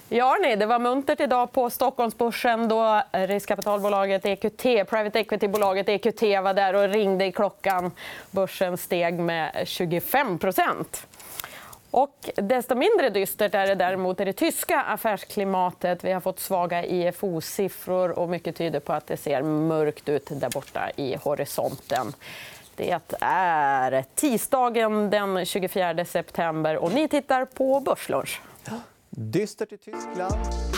Ja, nej, det var muntert idag på Stockholmsbörsen då riskkapitalbolaget EQT, private equity-bolaget EQT var där och ringde i klockan. Börsen steg med 25%. Och desto mindre dystert är det däremot i det tyska affärsklimatet. Vi har fått svaga IFO-siffror och mycket tyder på att det ser mörkt ut där borta i horisonten. Det är tisdagen den 24 september och ni tittar på Börslunch. Dystert i Tyskland.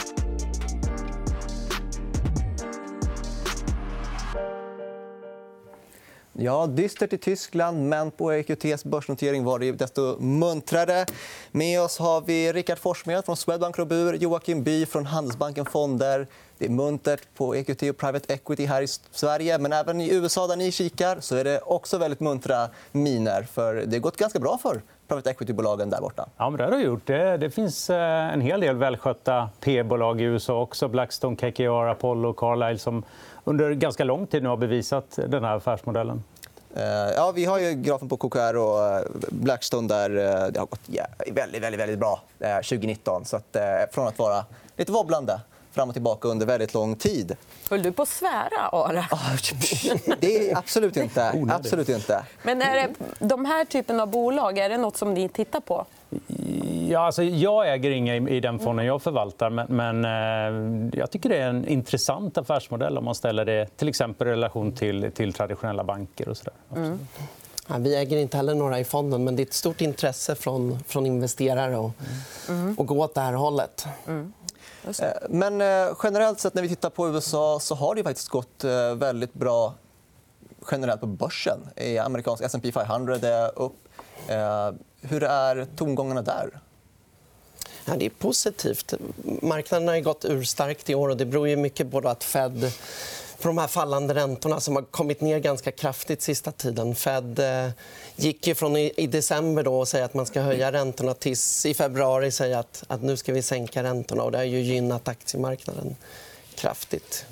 Ja, dystert i Tyskland, men på EQTs börsnotering var det desto muntrare. Med oss har vi Rickard Forsmed från Swedbank Robur, Joakim By från Handelsbanken Fonder. Det är muntert på EQT och Private Equity här i Sverige, men även i USA där ni kikar så är det också väldigt muntra miner. För det har gått ganska bra för Private Equity-bolagen där borta. Ja, men det har det gjort. Det finns en hel del välskötta P-bolag i USA också. Blackstone, KKR, Apollo, Carlyle som under ganska lång tid nu har bevisat den här affärsmodellen. Ja, vi har ju grafen på KKR och Blackstone där det har gått väldigt bra 2019. Så att, från att vara lite wobblande fram och tillbaka under väldigt lång tid. Höll du på att svära, Ara? Det är absolut inte. Absolut inte. Men är det, de här typen av bolag, är det något som ni tittar på? Ja, alltså, jag äger inga i den fonden jag förvaltar, men jag tycker det är en intressant affärsmodell om man ställer det till exempel i relation till traditionella banker och så där. Ja, vi äger inte heller några i fonden, men det är ett stort intresse från investerare att gå åt det här hållet. Men generellt sett när vi tittar på USA så har det faktiskt gått väldigt bra generellt på börsen. I amerikansk S&P 500 är upp. Hur är tongångarna där? Ja, det är positivt. Marknaden har gått urstarkt i år och det beror ju mycket på att Fed för de här fallande räntorna som har kommit ner ganska kraftigt sista tiden. Fed gick ju från i december då och säga att man ska höja räntorna tills i februari säga att nu ska vi sänka räntorna, och det har ju gynnat aktiemarknaden kraftigt.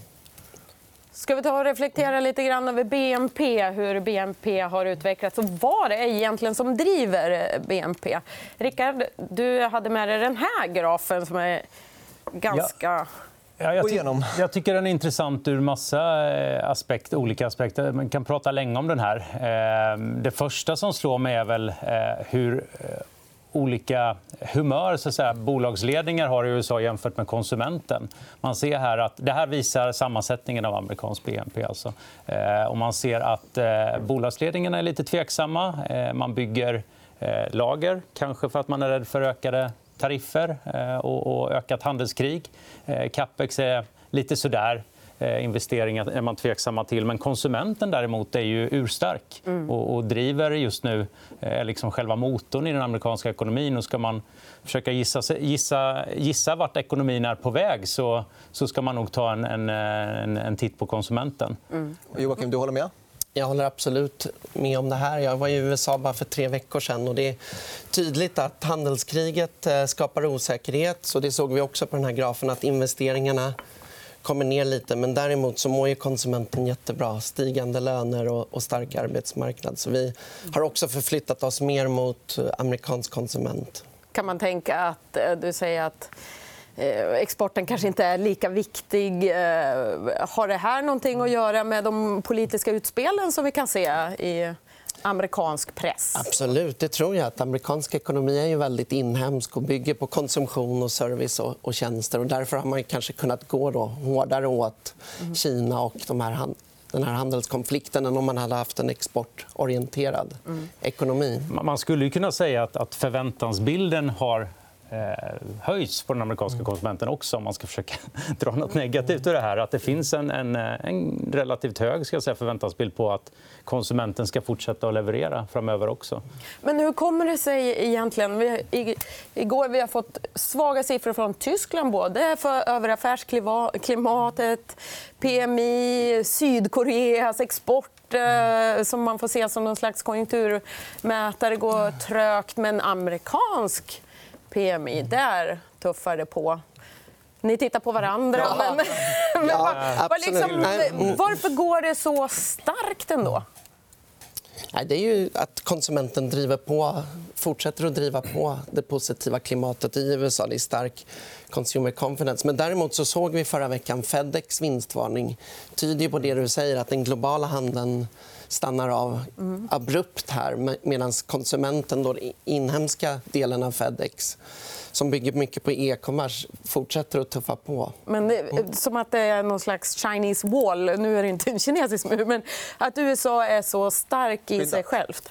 Ska vi ta och reflektera lite grann över BNP, hur BNP har utvecklats och vad det är egentligen som driver BNP? Rickard, du hade med dig den här grafen som är ganska... Ja, jag tycker den är intressant ur massa olika aspekter. Man kan prata länge om den här. Det första som slår mig är väl hur olika humör så att säga, bolagsledningar har i USA jämfört med konsumenten. Man ser här att det här visar sammansättningen av amerikansk BNP. Alltså. Och man ser att bolagsledningarna är lite tveksamma. Man bygger lager, kanske för att man är rädd för ökade tariffer och ökat handelskrig. Capex är lite sådär. Investeringar är man tveksamma till. Men konsumenten däremot är ju urstark och driver just nu liksom själva motorn i den amerikanska ekonomin. Och ska man försöka gissa vart ekonomin är på väg så ska man nog ta en titt på konsumenten. Joakim, du håller med? Jag håller absolut med om det här. Jag var i USA bara för 3 veckor sedan och det är tydligt att handelskriget skapar osäkerhet. Så det såg vi också på den här grafen, att investeringarna kommer ner lite. Men däremot så mår ju konsumenten jättebra. Stigande löner och stark arbetsmarknad. Så vi har också förflyttat oss mer mot amerikansk konsument. Kan man tänka att du säger att exporten kanske inte är lika viktig? Har det här någonting att göra med de politiska utspelen som vi kan se i amerikansk press? Absolut, det tror jag. Att amerikansk ekonomi är ju väldigt inhemsk och bygger på konsumtion och service och tjänster. Och därför har man kanske kunnat gå då hårdare åt Kina och den här handelskonflikten än om man hade haft en exportorienterad ekonomi. Man skulle ju kunna säga att förväntansbilden har höjs på den amerikanska konsumenten också, om man ska försöka dra något negativt ur det här. Att det finns en relativt hög förväntansbild på att konsumenten ska fortsätta att leverera framöver också. Men hur kommer det sig egentligen? Igår vi har fått svaga siffror från Tyskland både över affärsklimatet, PMI, Sydkoreas export som man får se som någon slags konjunkturmätare går trögt, men amerikansk PMI, där tuffar det på. Ni tittar på varandra. Men varför går det så starkt ändå? Nej, det är ju att konsumenten fortsätter att driva på det positiva klimatet i USA. Det är stark consumer confidence. Men däremot så såg vi förra veckan FedEx vinstvarning. Tyder ju på det du säger, att den globala handeln stannar av abrupt här, medan konsumenten, då, den inhemska delen av FedEx som bygger mycket på e-commerce, fortsätter att tuffa på. Men det är som att det är någon slags Chinese wall. Nu är det inte en kinesisk mur, men att USA är så stark i sig självt.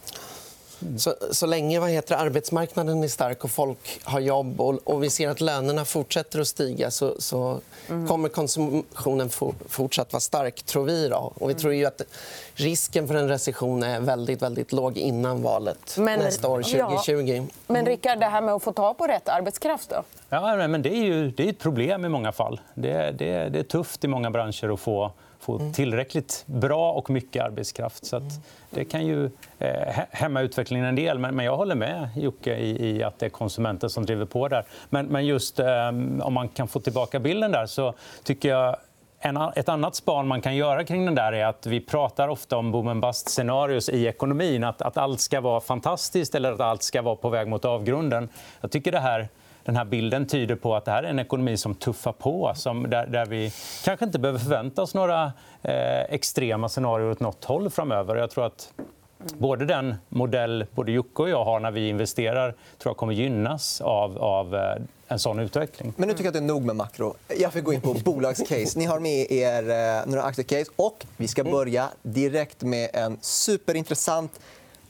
Så länge arbetsmarknaden är stark och folk har jobb och vi ser att lönerna fortsätter att stiga så kommer konsumtionen fortsatt vara stark, tror vi. Då. Och vi tror ju att risken för en recession är väldigt, väldigt låg innan valet nästa år, 2020. Ja. Men Rickard, det här med att få ta på rätt arbetskraft då? Ja, men det är ett problem i många fall. Det är tufft i många branscher att få tillräckligt bra och mycket arbetskraft. Så att det kan ju hämma utvecklingen en del. Men jag håller med Jocke i att det är konsumenten som driver på där. Men just om man kan få tillbaka bilden där, så tycker jag ett annat span man kan göra kring den där är att vi pratar ofta om boom and bust scenarios i ekonomin. Att allt ska vara fantastiskt eller att allt ska vara på väg mot avgrunden. Jag tycker den här bilden tyder på att det här är en ekonomi som tuffar på, där vi kanske inte behöver förvänta oss några extrema scenarier åt något håll framöver. Jag tror att både den modell både Jocke och jag har när vi investerar tror jag kommer gynnas av en sån utveckling. Men nu tycker jag att det är nog med makro. Jag får gå in på bolagscase. Ni har med er några aktiecase och vi ska börja direkt med en superintressant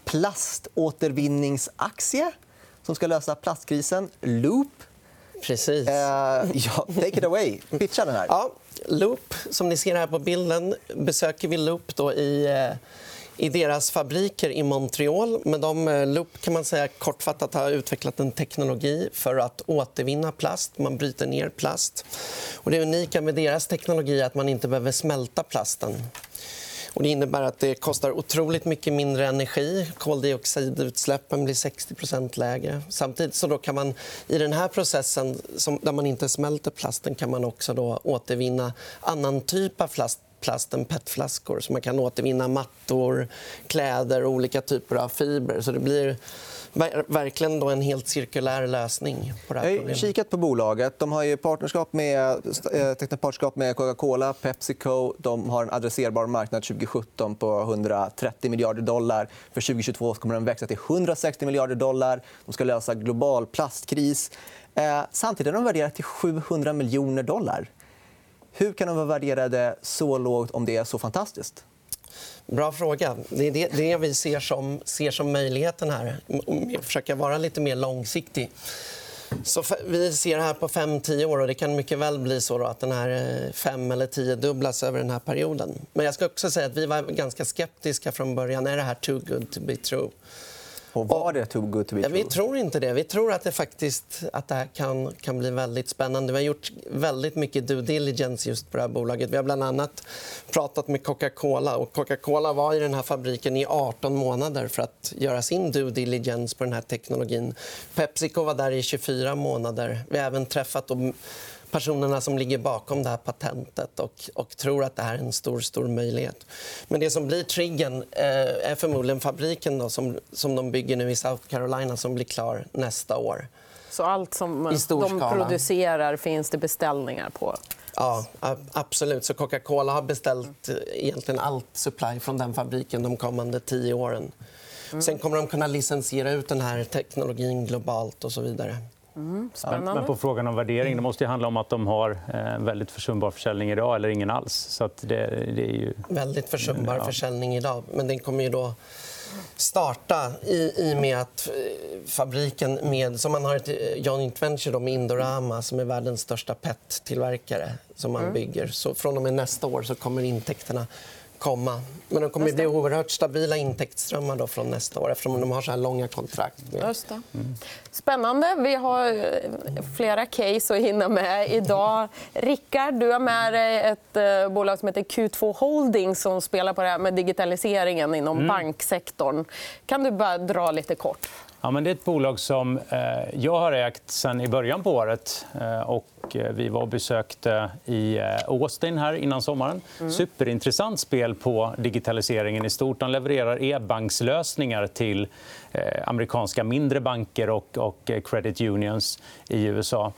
plaståtervinningsaktie som ska lösa plastkrisen. Loop. Precis. Take it away. Pitcha den här. Ja, Loop, som ni ser här på bilden, besöker vi Loop då i deras fabriker i Montreal. Men Loop kan man säga kortfattat har utvecklat en teknologi för att återvinna plast. Man bryter ner plast. Och det unika med deras teknologi är att man inte behöver smälta plasten. Och det innebär att det kostar otroligt mycket mindre energi. Koldioxidutsläppen blir 60% lägre. Samtidigt så då kan man i den här processen där man inte smälter plasten kan man också då återvinna annan typ av plast än petflaskor. Så man kan återvinna mattor, kläder och olika typer av fiber. Så det blir verkligen då en helt cirkulär lösning på det här problemet. Jag har kikat på bolaget. De har ju partnerskap med Coca-Cola, PepsiCo. De har en adresserbar marknad 2017 på $130 miljarder. För 2022 kommer den växa till $160 miljarder. De ska lösa global plastkris. Samtidigt är de värderade till $700 miljoner. Hur kan de vara värderade så lågt om det är så fantastiskt? Bra fråga. Det är det vi ser som möjligheten här. Vi försöker vara lite mer långsiktig. Så vi ser här på 5-10 år och det kan mycket väl bli så att den här 5 eller 10 dubblas över den här perioden. Men jag ska också säga att vi var ganska skeptiska från början. Är det här too good to be true? Och var det too good to be true? Vi tror inte det. Vi tror att det här kan bli väldigt spännande. Vi har gjort väldigt mycket due diligence just på det här bolaget. Vi har bland annat pratat med Coca-Cola. Och Coca-Cola var i den här fabriken i 18 månader för att göra sin due diligence på den här teknologin. PepsiCo var där i 24 månader. Vi har även träffat personerna som ligger bakom det här patentet och tror att det här är en stor möjlighet. Men det som blir triggen är förmodligen fabriken då, som de bygger nu i South Carolina som blir klar nästa år. Så allt som de producerar finns det beställningar på? Ja, absolut. Så Coca-Cola har beställt egentligen allt supply från den fabriken de kommande 10 åren. Sen kommer de kunna licensiera ut den här teknologin globalt och så vidare. Men på frågan om värdering, det måste ju handla om att de har väldigt försumbar försäljning idag eller ingen alls. Så att det är ju väldigt försumbar försäljning idag, men den kommer ju då starta i med att fabriken som man har ett joint venture då med Indorama som är världens största PET-tillverkare som man bygger. Så från och med nästa år så kommer intäkterna komma. Men de kommer bli oerhört stabila intäktsströmmar då från nästa år eftersom de har så här långa kontrakt. Just det. Spännande. Vi har flera case att hinna med idag. Rickard, du har med dig ett bolag som heter Q2 Holding som spelar på det här med digitaliseringen inom banksektorn. Kan du bara dra lite kort? Ja, men det är ett bolag som jag har ägt sedan i början på året. Och och vi var och besökte i Austin här innan sommaren. Superintressant spel på digitaliseringen i stort. De levererar e-bankslösningar till amerikanska mindre banker och credit unions i USA.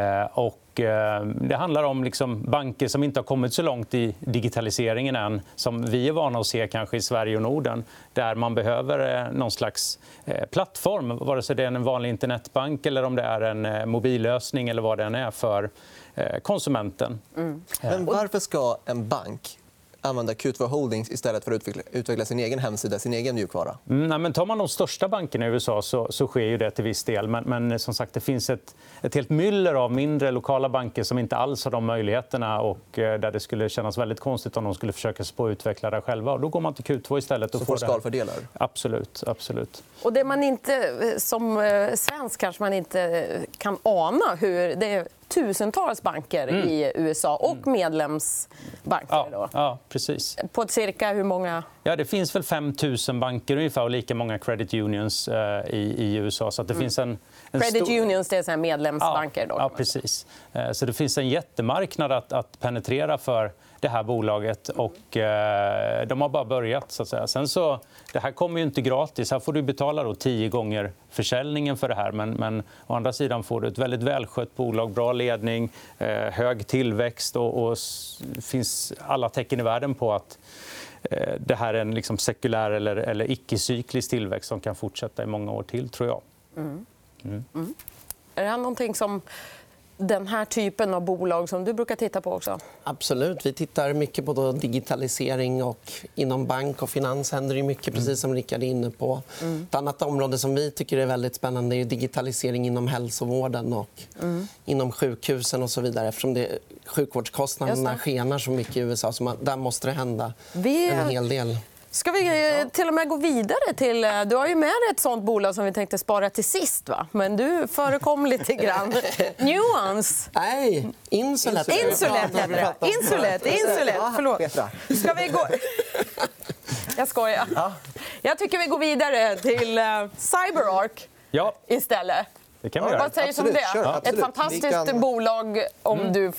Det handlar om liksom banker som inte har kommit så långt i digitaliseringen än, som vi är vana att se kanske i Sverige och Norden, där man behöver någon slags plattform, vare sig det är en vanlig internetbank eller om det är en mobillösning eller vad det än är för konsumenten. Men varför ska en bank använda Q2 Holdings istället för att utveckla sin egen hemsida, sin egen mjukvara? Men tar man de största bankerna i USA så sker ju det till viss del. Men som sagt, det finns ett helt myller av mindre lokala banker som inte alls har de möjligheterna och där det skulle kännas väldigt konstigt om de skulle försöka sig på att utveckla det själva. Och då går man till Q2 istället. Och så får skalfördelar? Absolut. Och det man inte, som svensk kanske man inte kan ana hur det är tusentals banker i USA och medlemsbanker. Då. Ja, precis. På cirka hur många? Ja, det finns väl 5 000 banker ungefär och lika många credit unions i USA. Så att det finns en credit unions, det är så här medlemsbanker. Då, ja, precis. Så det finns en jättemarknad att penetrera för det här bolaget och de har bara börjat. Så att säga. Sen så, det här kommer ju inte gratis. Här får du betala då 10 gånger försäljningen för det här. Men å andra sidan får du ett väldigt välskött bolag, bra ledning, hög tillväxt och finns alla tecken i världen på att det här är en liksom sekulär eller icke-cyklisk tillväxt som kan fortsätta i många år till, tror jag. Är det här någonting som den här typen av bolag som du brukar titta på också? Absolut. Vi tittar mycket på digitalisering och inom bank och finans händer det mycket, precis som Rickard är inne på. Ett annat område som vi tycker är väldigt spännande är digitalisering inom hälsovården och inom sjukhusen och så vidare. Eftersom sjukvårdskostnaderna skenar så mycket i USA, så där måste det hända en hel del. Ska vi till och med gå vidare till... Du har ju med dig ett sånt bolag som vi tänkte spara till sist, va? Men du förekom lite grann. Nuance. Nej, Insulet. Insulet. Förlåt. Ska vi gå... Jag skojar. Jag tycker vi går vidare till CyberArk istället. Det kan vi göra. Vad säger du om det? Ett fantastiskt bolag om du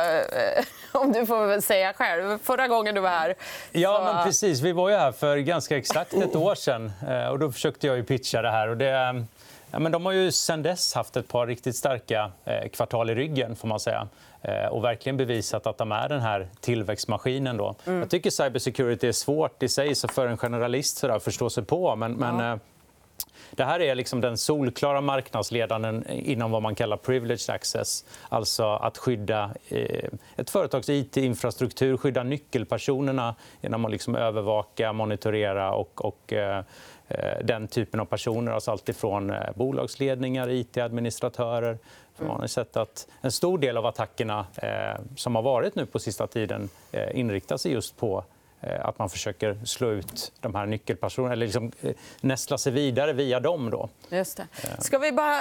får säga själv. Förra gången du var här. Ja, men precis. Vi var ju här för ganska exakt ett år sedan och då försökte jag ju pitcha det här och men de har ju sedan dess haft ett par riktigt starka kvartal i ryggen, får man säga. Och verkligen bevisat att de är den här tillväxtmaskinen då. Jag tycker cybersecurity är svårt i sig, så för en generalist så att förstå sig på, men det här är liksom den solklara marknadsledaren inom vad man kallar privileged access. Alltså att skydda ett företags IT-infrastruktur, skydda nyckelpersonerna genom att liksom övervaka, monitorera och den typen av personer. Alltså allt ifrån bolagsledningar, IT-administratörer. Man har sett att en stor del av attackerna som har varit nu på sista tiden inriktar sig just på att man försöker slå ut de här nyckelpersonerna eller liksom nästla sig vidare via dem. Då. Just det. Ska vi bara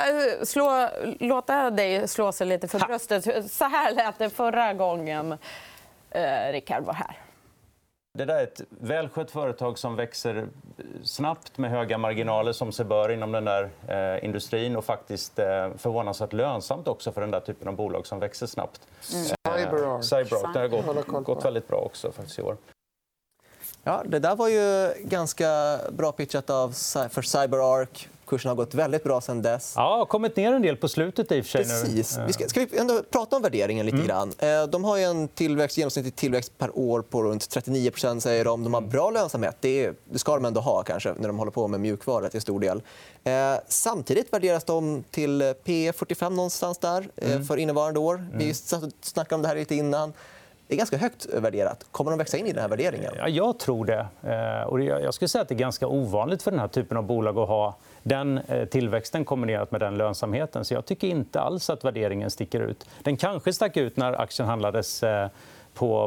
låta dig slå sig lite för bröstet? Så här lät det förra gången Rickard var här. Det där är ett välskött företag som växer snabbt med höga marginaler som sig bör inom den där industrin och faktiskt förvånansvärt lönsamt också för den där typen av bolag som växer snabbt. CyberArk. Det har gått väldigt bra också faktiskt i år. Ja, det där var ju ganska bra pitchat för CyberArk. Kursen har gått väldigt bra sedan dess. Ja, kommit ner en del på slutet i och för sig. Precis. Ska vi ändå prata om värderingen lite grann? De har ju en genomsnittlig tillväxt per år på runt 39%, säger de. De har bra lönsamhet. Det ska de ändå ha kanske när de håller på med mjukvara till stor del. Samtidigt värderas de till P45 någonstans där för innevarande år. Vi snackade om det här lite innan. Det är ganska högt värderat. Kommer de växa in i den här värderingen? Ja, jag tror det. Och jag skulle säga att det är ganska ovanligt för den här typen av bolag att ha den tillväxten kombinerat med den lönsamheten. Så jag tycker inte alls att värderingen sticker ut. Den kanske stack ut när aktien handlades på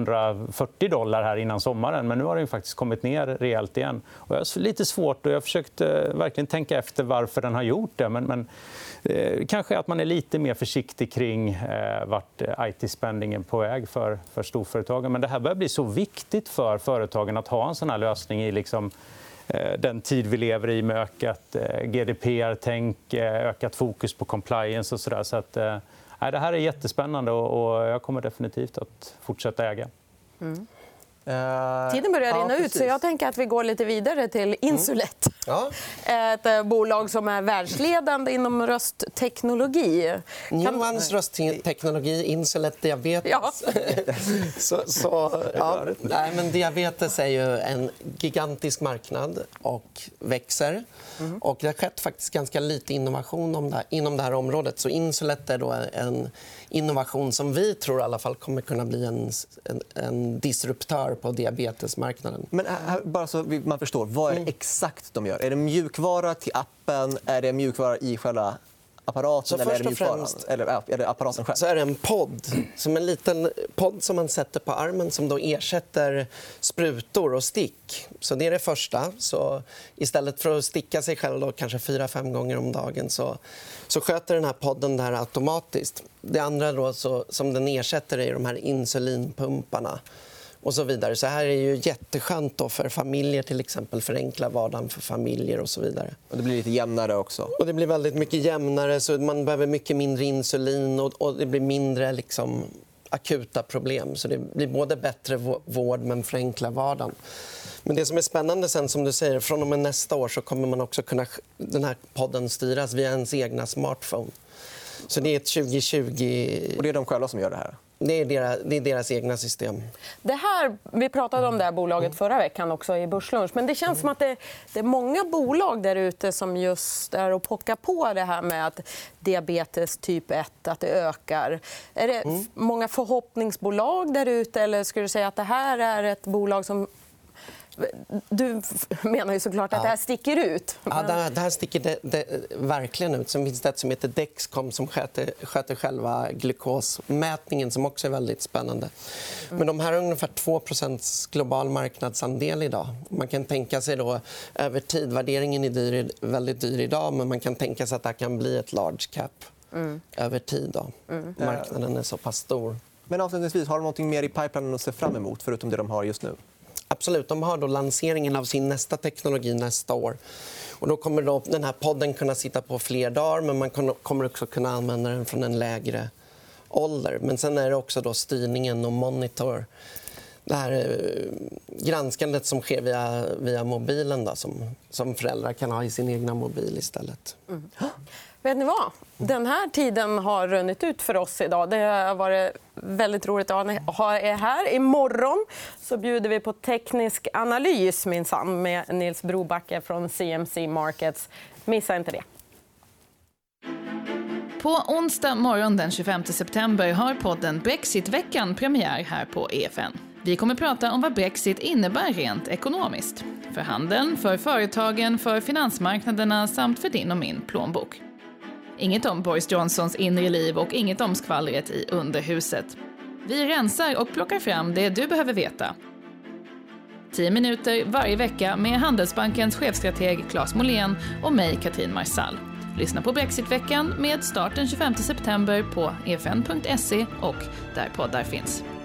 $140 här innan sommaren. Men nu har den faktiskt kommit ner rejält igen. Och jag har lite svårt och jag försökte verkligen tänka efter varför den har gjort det. Men kanske att man är lite mer försiktig kring vart IT-spendingen är på väg för storföretagen. Men det här börjar bli så viktigt för företagen att ha en sån här lösning i liksom den tid vi lever i med ökat GDPR-tänk, ökat fokus på compliance och sådär. Så att, Det här är jättespännande och jag kommer definitivt att fortsätta äga. Tiden börjar rinna ut, precis. så jag tänker att vi går lite vidare till Insulet. Ja. Ett bolag som är världsledande inom röstteknologi. Nuance röstteknologi, Insulet, diabetes. Ja. Nej, men diabetes är ju en gigantisk marknad och växer. Och det har skett faktiskt ganska lite innovation inom det här området. Så Insulet är då en innovation som vi tror i alla fall kommer kunna bli en disruptör på diabetesmarknaden. Men bara så man förstår, vad är det exakt de gör? Är det mjukvara till appen? Är det mjukvara i själva apparaten? Så eller är först det och mjukvaran? främst- Eller är det apparaten själv? Så är det en podd, som en liten podd som man sätter på armen som då ersätter sprutor och stick. Så det är det första. Så istället för att sticka sig själv då, kanske 4-5 gånger om dagen så sköter den här podden det här automatiskt. Det andra då, som den ersätter är de här insulinpumparna och så vidare. Så här är ju jätteskönt då för familjer, till exempel förenkla vardagen för familjer och så vidare. Och det blir lite jämnare också. Och det blir väldigt mycket jämnare, så man behöver mycket mindre insulin och det blir mindre liksom akuta problem. Så det blir både bättre vård men förenkla vardagen. Men det som är spännande sen, som du säger, från och med nästa år så kommer man också kunna den här podden styras via ens egna smartphone. Så det är ett 2020... Och det är de själva som gör det här? Det är deras egna system. Det här, vi pratade om det här bolaget förra veckan också i Börslunch. Men det känns som att det är många bolag där ute som just är och pockar på det här med att diabetes typ 1, att det ökar. Är det många förhoppningsbolag där ute, eller skulle du säga att det här är ett bolag som... Du menar ju såklart att det här sticker ut. Ja, det här sticker det verkligen ut. Sen finns det ett som heter Dexcom som sköter själva glukosmätningen, som också är väldigt spännande. Men de här har ungefär 2% global marknadsandel idag. Man kan tänka sig då över tid, värderingen är väldigt dyr idag, men man kan tänka sig att det kan bli ett large cap över tid. Då. Marknaden är så pass stor. Men avslutningsvis, har de något mer i pipelinen att se fram emot förutom det de har just nu? Absolut. De har då lanseringen av sin nästa teknologi nästa år. Och då kommer då den här podden kunna sitta på fler dagar, men man kommer också kunna använda den från en lägre ålder. Men sen är det också då styrningen och monitor. Det här granskandet som sker via mobilen då, som föräldrar kan ha i sin egna mobil istället. Vet ni vad? Den här tiden har runnit ut för oss idag. Det har varit väldigt roligt att ha er här. Imorgon så bjuder vi på teknisk analys minsann med Nils Brobacke från CMC Markets. Missa inte det. På onsdag morgon den 25 september har podden Brexitveckan premiär här på EFN. Vi kommer prata om vad Brexit innebär rent ekonomiskt. För handeln, för företagen, för finansmarknaderna samt för din och min plånbok. Inget om Boris Johnsons inre liv och inget om skvallret i underhuset. Vi rensar och plockar fram det du behöver veta. 10 minuter varje vecka med Handelsbankens chefstrateg Claes Molén och mig, Katrin Marsall. Lyssna på Brexitveckan med start den 25 september på efn.se och där poddar finns.